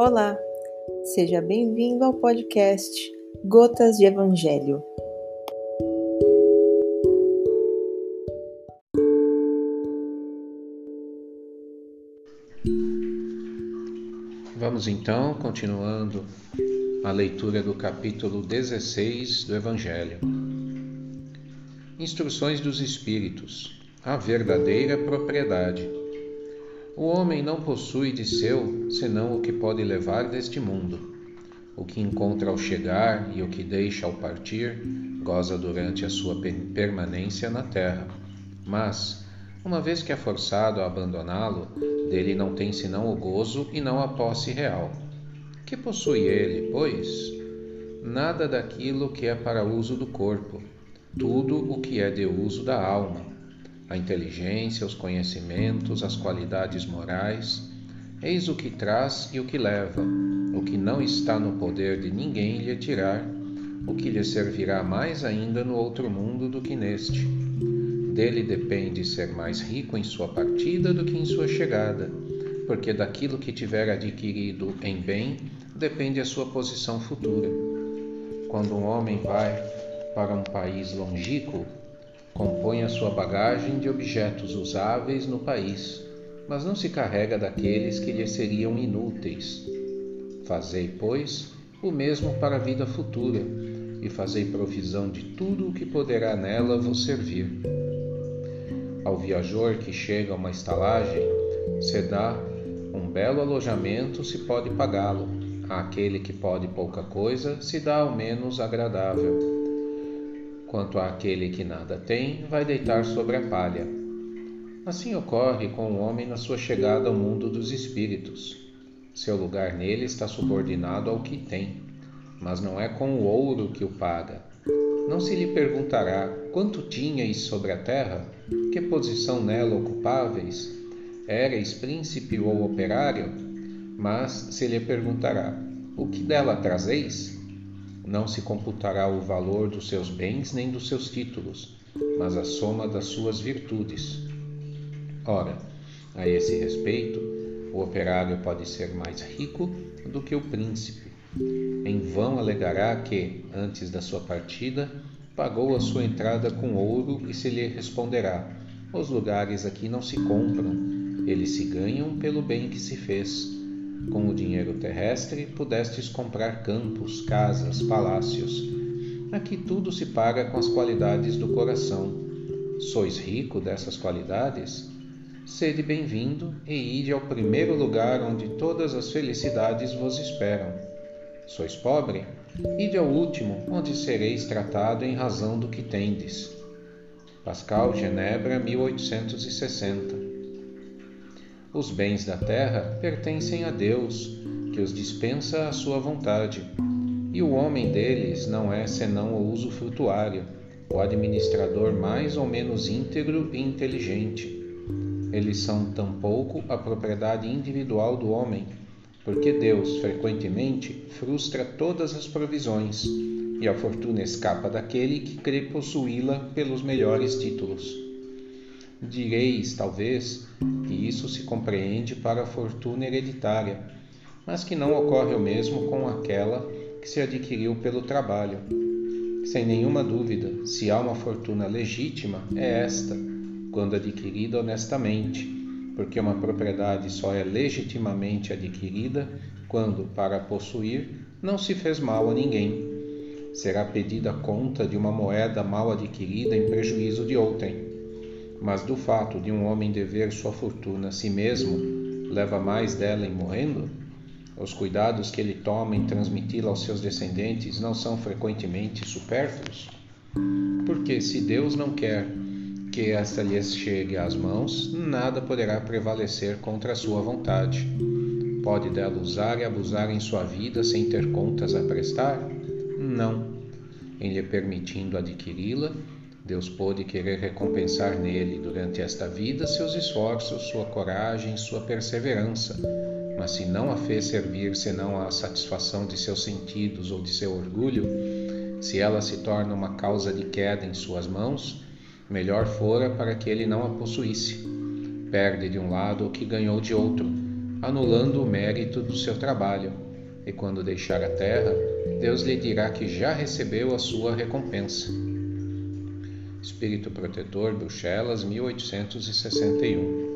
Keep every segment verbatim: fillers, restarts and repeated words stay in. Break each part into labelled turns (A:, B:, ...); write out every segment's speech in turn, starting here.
A: Olá, seja bem-vindo ao podcast Gotas de Evangelho.
B: Vamos então, continuando a leitura do capítulo dezesseis do Evangelho. Instruções dos Espíritos, a verdadeira propriedade. O homem não possui de seu senão o que pode levar deste mundo. O que encontra ao chegar e o que deixa ao partir, goza durante a sua permanência na terra. Mas, uma vez que é forçado a abandoná-lo, dele não tem senão o gozo e não a posse real. Que possui ele, pois? Nada daquilo que é para uso do corpo, tudo o que é de uso da alma. A inteligência, os conhecimentos, as qualidades morais, eis o que traz e o que leva, o que não está no poder de ninguém lhe tirar, o que lhe servirá mais ainda no outro mundo do que neste. Dele depende ser mais rico em sua partida do que em sua chegada, porque daquilo que tiver adquirido em bem depende a sua posição futura. Quando um homem vai para um país longínquo, compõe a sua bagagem de objetos usáveis no país, mas não se carrega daqueles que lhe seriam inúteis. Fazei, pois, o mesmo para a vida futura, e fazei provisão de tudo o que poderá nela vos servir. Ao viajor que chega a uma estalagem, se dá um belo alojamento se pode pagá-lo. Àquele que pode pouca coisa, se dá ao menos agradável. Quanto àquele que nada tem, vai deitar sobre a palha. Assim ocorre com o homem na sua chegada ao mundo dos espíritos. Seu lugar nele está subordinado ao que tem, mas não é com o ouro que o paga. Não se lhe perguntará quanto tinhais sobre a terra, que posição nela ocupáveis, éreis príncipe ou operário, mas se lhe perguntará o que dela trazeis. Não se computará o valor dos seus bens nem dos seus títulos, mas a soma das suas virtudes. Ora, a esse respeito, o operário pode ser mais rico do que o príncipe. Em vão alegará que, antes da sua partida, pagou a sua entrada com ouro e se lhe responderá: os lugares aqui não se compram, eles se ganham pelo bem que se fez. Com o dinheiro terrestre pudestes comprar campos, casas, palácios. Aqui tudo se paga com as qualidades do coração. Sois rico dessas qualidades? Sede bem-vindo e ide ao primeiro lugar onde todas as felicidades vos esperam. Sois pobre? Ide ao último, onde sereis tratado em razão do que tendes. Pascal, Genebra, mil oitocentos e sessenta. Os bens da terra pertencem a Deus, que os dispensa à sua vontade, e o homem deles não é senão o usufrutuário, o administrador mais ou menos íntegro e inteligente. Eles são tampouco a propriedade individual do homem, porque Deus, frequentemente, frustra todas as provisões, e a fortuna escapa daquele que crê possuí-la pelos melhores títulos. Direis, talvez, que isso se compreende para a fortuna hereditária, mas que não ocorre o mesmo com aquela que se adquiriu pelo trabalho. Sem nenhuma dúvida, se há uma fortuna legítima, é esta, quando adquirida honestamente, porque uma propriedade só é legitimamente adquirida quando, para a possuir, não se fez mal a ninguém. Será pedida conta de uma moeda mal adquirida em prejuízo de outrem. Mas do fato de um homem dever sua fortuna a si mesmo, leva mais dela em morrendo? Os cuidados que ele toma em transmiti-la aos seus descendentes não são frequentemente supérfluos? Porque se Deus não quer que esta lhes chegue às mãos, nada poderá prevalecer contra a sua vontade. Pode dela usar e abusar em sua vida sem ter contas a prestar? Não. Em lhe permitindo adquiri-la, Deus pôde querer recompensar nele, durante esta vida, seus esforços, sua coragem, sua perseverança, mas se não a fez servir senão à satisfação de seus sentidos ou de seu orgulho, se ela se torna uma causa de queda em suas mãos, melhor fora para que ele não a possuísse. Perde de um lado o que ganhou de outro, anulando o mérito do seu trabalho. E quando deixar a terra, Deus lhe dirá que já recebeu a sua recompensa. Espírito Protetor, Bruxelas, mil oitocentos e sessenta e um.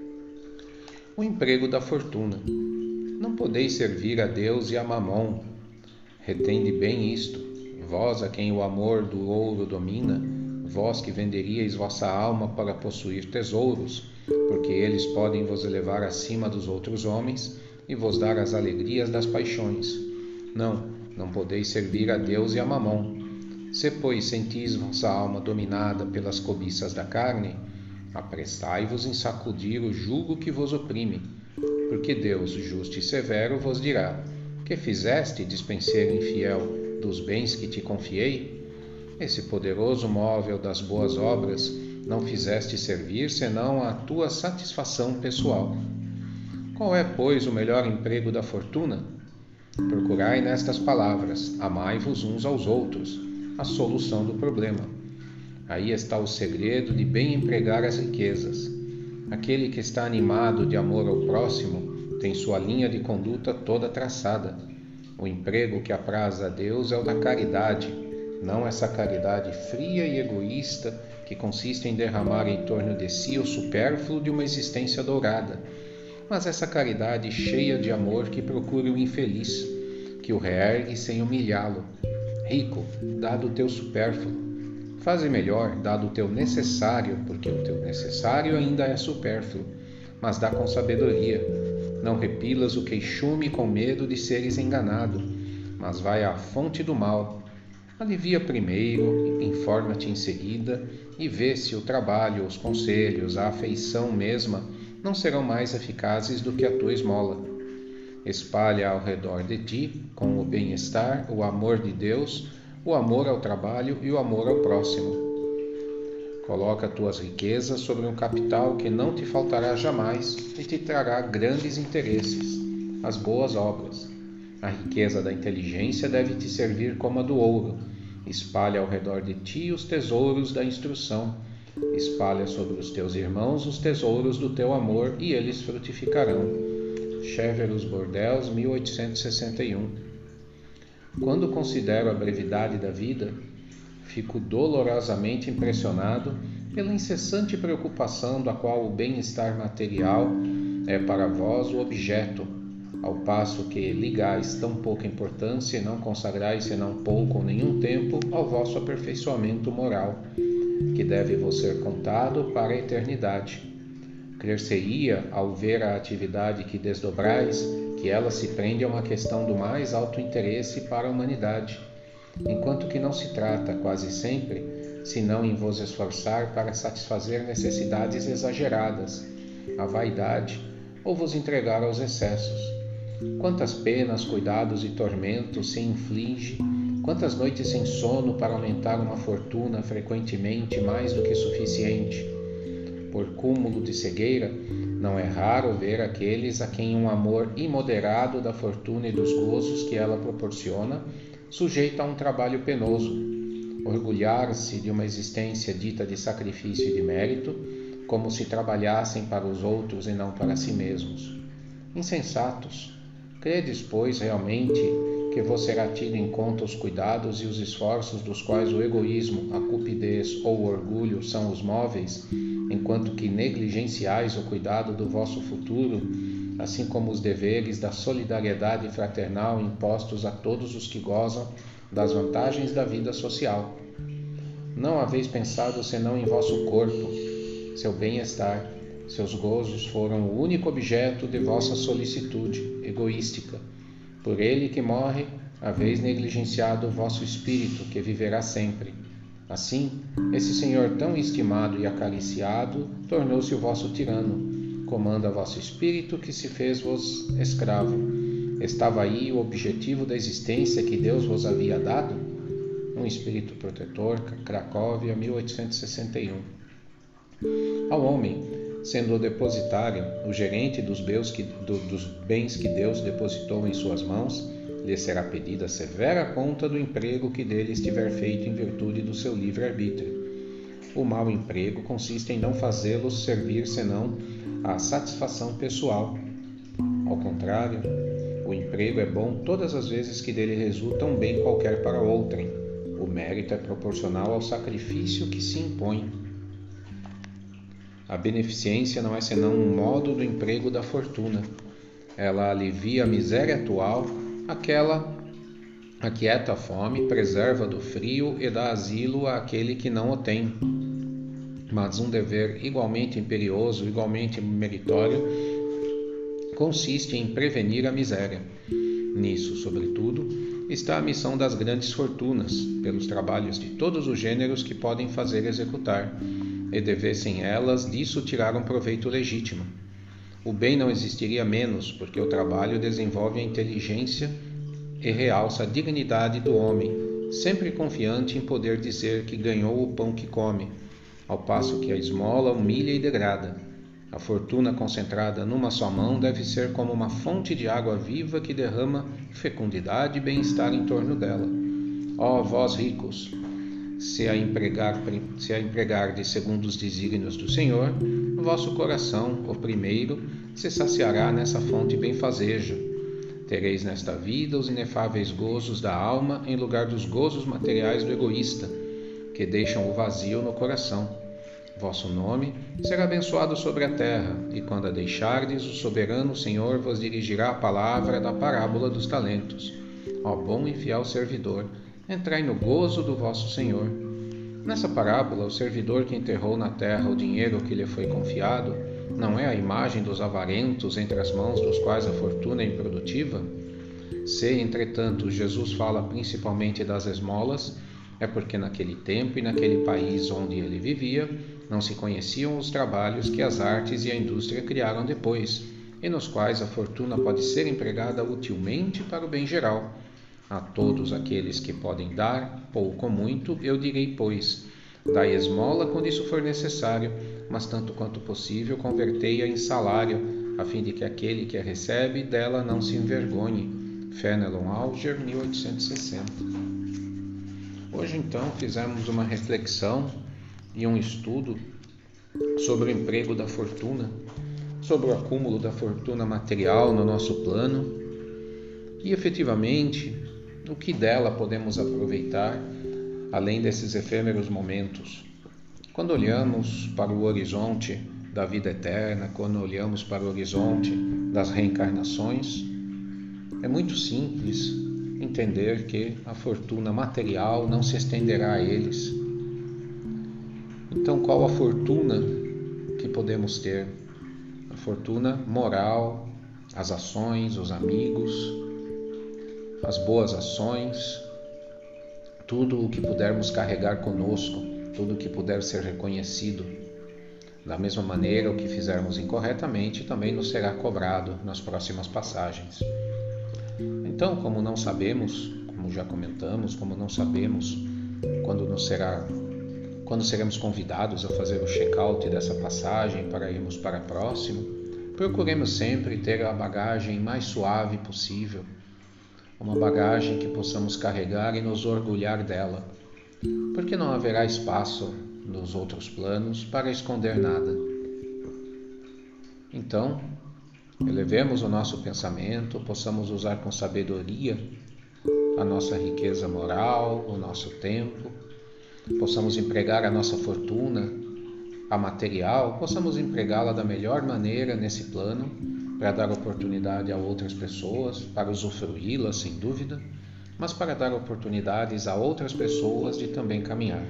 B: O emprego da fortuna. Não podeis servir a Deus e a Mamon. Retende bem isto, vós a quem o amor do ouro domina, vós que venderíeis vossa alma para possuir tesouros, porque eles podem vos elevar acima dos outros homens e vos dar as alegrias das paixões. Não, não podeis servir a Deus e a Mamon. Se, pois, sentis vossa alma dominada pelas cobiças da carne, apressai-vos em sacudir o jugo que vos oprime, porque Deus, justo e severo, vos dirá: que fizeste, dispenseiro infiel, dos bens que te confiei? Esse poderoso móvel das boas obras não fizeste servir senão à tua satisfação pessoal. Qual é, pois, o melhor emprego da fortuna? Procurai nestas palavras: amai-vos uns aos outros, a solução do problema. Aí está o segredo de bem empregar as riquezas. Aquele que está animado de amor ao próximo tem sua linha de conduta toda traçada. O emprego que apraz a Deus é o da caridade, não essa caridade fria e egoísta que consiste em derramar em torno de si o supérfluo de uma existência dourada, mas essa caridade cheia de amor que procura o infeliz, que o reergue sem humilhá-lo. Rico, dado o teu supérfluo. Faze melhor, dado o teu necessário, porque o teu necessário ainda é supérfluo, mas dá com sabedoria. Não repilas o queixume com medo de seres enganado, mas vai à fonte do mal. Alivia primeiro, informa-te em seguida, e vê se o trabalho, os conselhos, a afeição mesma não serão mais eficazes do que a tua esmola. Espalha ao redor de ti, com o bem-estar, o amor de Deus, o amor ao trabalho e o amor ao próximo. Coloca tuas riquezas sobre um capital que não te faltará jamais e te trará grandes interesses, as boas obras. A riqueza da inteligência deve te servir como a do ouro. Espalha ao redor de ti os tesouros da instrução. Espalha sobre os teus irmãos os tesouros do teu amor e eles frutificarão. Severus Bordels, mil oitocentos e sessenta e um. Quando considero a brevidade da vida, fico dolorosamente impressionado pela incessante preocupação da qual o bem-estar material é para vós o objeto, ao passo que ligais tão pouca importância e não consagrais senão pouco ou nenhum tempo ao vosso aperfeiçoamento moral, que deve vos ser contado para a eternidade. Crer-se-ia, ao ver a atividade que desdobrais, que ela se prende a uma questão do mais alto interesse para a humanidade, enquanto que não se trata, quase sempre, senão em vos esforçar para satisfazer necessidades exageradas, a vaidade, ou vos entregar aos excessos. Quantas penas, cuidados e tormentos se inflige, quantas noites sem sono para aumentar uma fortuna frequentemente mais do que suficiente. Por cúmulo de cegueira, não é raro ver aqueles a quem um amor imoderado da fortuna e dos gozos que ela proporciona sujeita a um trabalho penoso, orgulhar-se de uma existência dita de sacrifício e de mérito, como se trabalhassem para os outros e não para si mesmos. Insensatos! Credes, pois, realmente que vos será tido em conta os cuidados e os esforços dos quais o egoísmo, a cupidez ou o orgulho são os móveis, enquanto que negligenciais o cuidado do vosso futuro, assim como os deveres da solidariedade fraternal impostos a todos os que gozam das vantagens da vida social. Não haveis pensado senão em vosso corpo, seu bem-estar. Seus gozos foram o único objeto de vossa solicitude egoística. Por ele que morre, haveis negligenciado o vosso espírito, que viverá sempre. Assim, esse Senhor tão estimado e acariciado tornou-se o vosso tirano. Comanda vosso espírito, que se fez-vos escravo. Estava aí o objetivo da existência que Deus vos havia dado? Um espírito protetor, Cracóvia, mil oitocentos e sessenta e um. Ao homem, sendo o depositário, o gerente dos bens, que, do, dos bens que Deus depositou em suas mãos, lhe será pedida severa conta do emprego que dele estiver feito em virtude do seu livre-arbítrio. O mau emprego consiste em não fazê-los servir senão à satisfação pessoal. Ao contrário, o emprego é bom todas as vezes que dele resulta um bem qualquer para outrem. O mérito é proporcional ao sacrifício que se impõe. A beneficência não é senão um modo do emprego da fortuna. Ela alivia a miséria atual, aquela aquieta a fome, preserva do frio e dá asilo àquele que não o tem. Mas um dever igualmente imperioso, igualmente meritório, consiste em prevenir a miséria. Nisso, sobretudo, está a missão das grandes fortunas, pelos trabalhos de todos os gêneros que podem fazer executar, e devessem elas disso tirar um proveito legítimo. O bem não existiria menos, porque o trabalho desenvolve a inteligência e realça a dignidade do homem, sempre confiante em poder dizer que ganhou o pão que come, ao passo que a esmola humilha e degrada. A fortuna concentrada numa só mão deve ser como uma fonte de água viva que derrama fecundidade e bem-estar em torno dela. Ó vós ricos, se a empregar, se a empregardes segundo os desígnios do Senhor, vosso coração, o primeiro, se saciará nessa fonte benfazeja. Tereis nesta vida os inefáveis gozos da alma em lugar dos gozos materiais do egoísta, que deixam o vazio no coração. Vosso nome será abençoado sobre a terra, e quando a deixardes, o soberano Senhor vos dirigirá a palavra da parábola dos talentos. Ó bom e fiel servidor, entrai no gozo do vosso Senhor. Nessa parábola, o servidor que enterrou na terra o dinheiro que lhe foi confiado não é a imagem dos avarentos entre as mãos dos quais a fortuna é improdutiva? Se, entretanto, Jesus fala principalmente das esmolas, é porque naquele tempo e naquele país onde ele vivia, não se conheciam os trabalhos que as artes e a indústria criaram depois, e nos quais a fortuna pode ser empregada utilmente para o bem geral. A todos aqueles que podem dar, pouco ou muito, eu direi, pois, dai esmola quando isso for necessário, mas tanto quanto possível convertei-a em salário, a fim de que aquele que a recebe dela não se envergonhe. Fenelon Alger, mil oitocentos e sessenta. Hoje, então, fizemos uma reflexão e um estudo sobre o emprego da fortuna, sobre o acúmulo da fortuna material no nosso plano e, efetivamente, o que dela podemos aproveitar, além desses efêmeros momentos. Quando olhamos para o horizonte da vida eterna, quando olhamos para o horizonte das reencarnações, é muito simples entender que a fortuna material não se estenderá a eles. Então, qual a fortuna que podemos ter? A fortuna moral, as ações, os amigos, as boas ações, tudo o que pudermos carregar conosco, tudo o que puder ser reconhecido. Da mesma maneira, o que fizermos incorretamente também nos será cobrado nas próximas passagens. Então, como não sabemos, como já comentamos, como não sabemos quando nos será, quando seremos convidados a fazer o check-out dessa passagem para irmos para a próxima, procuremos sempre ter a bagagem mais suave possível, uma bagagem que possamos carregar e nos orgulhar dela, porque não haverá espaço nos outros planos para esconder nada. Então, elevemos o nosso pensamento, possamos usar com sabedoria a nossa riqueza moral, o nosso tempo, possamos empregar a nossa fortuna, a material, possamos empregá-la da melhor maneira nesse plano, para dar oportunidade a outras pessoas, para usufruí-la sem dúvida, mas para dar oportunidades a outras pessoas de também caminhar.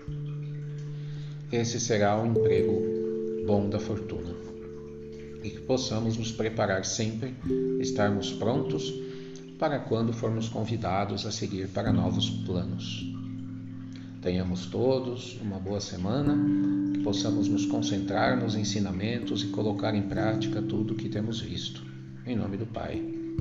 B: Esse será o emprego bom da fortuna. E que possamos nos preparar sempre, estarmos prontos para quando formos convidados a seguir para novos planos. Tenhamos todos uma boa semana, que possamos nos concentrar nos ensinamentos e colocar em prática tudo o que temos visto. Em nome do Pai.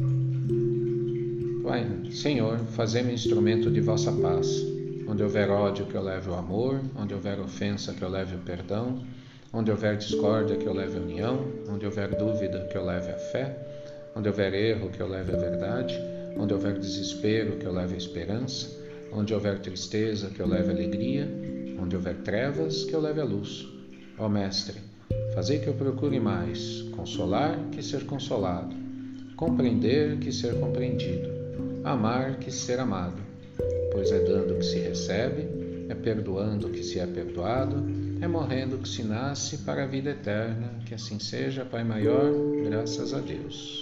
B: Pai, Senhor, fazei-me instrumento de vossa paz. Onde houver ódio, que eu leve o amor. Onde houver ofensa, que eu leve o perdão. Onde houver discórdia, que eu leve a união. Onde houver dúvida, que eu leve a fé. Onde houver erro, que eu leve a verdade. Onde houver desespero, que eu leve a esperança. Onde houver tristeza, que eu leve a alegria. Onde houver trevas, que eu leve a luz. Ó Mestre, fazei que eu procure mais consolar que ser consolado, compreender que ser compreendido, amar que ser amado, pois é dando que se recebe, é perdoando que se é perdoado, é morrendo que se nasce para a vida eterna. Que assim seja, Pai maior, graças a Deus.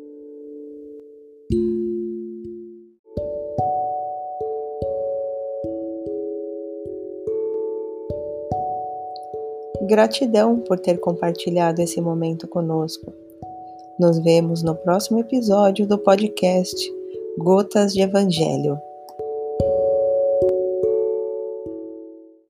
A: Gratidão por ter compartilhado esse momento conosco. Nos vemos no próximo episódio do podcast Gotas de Evangelho.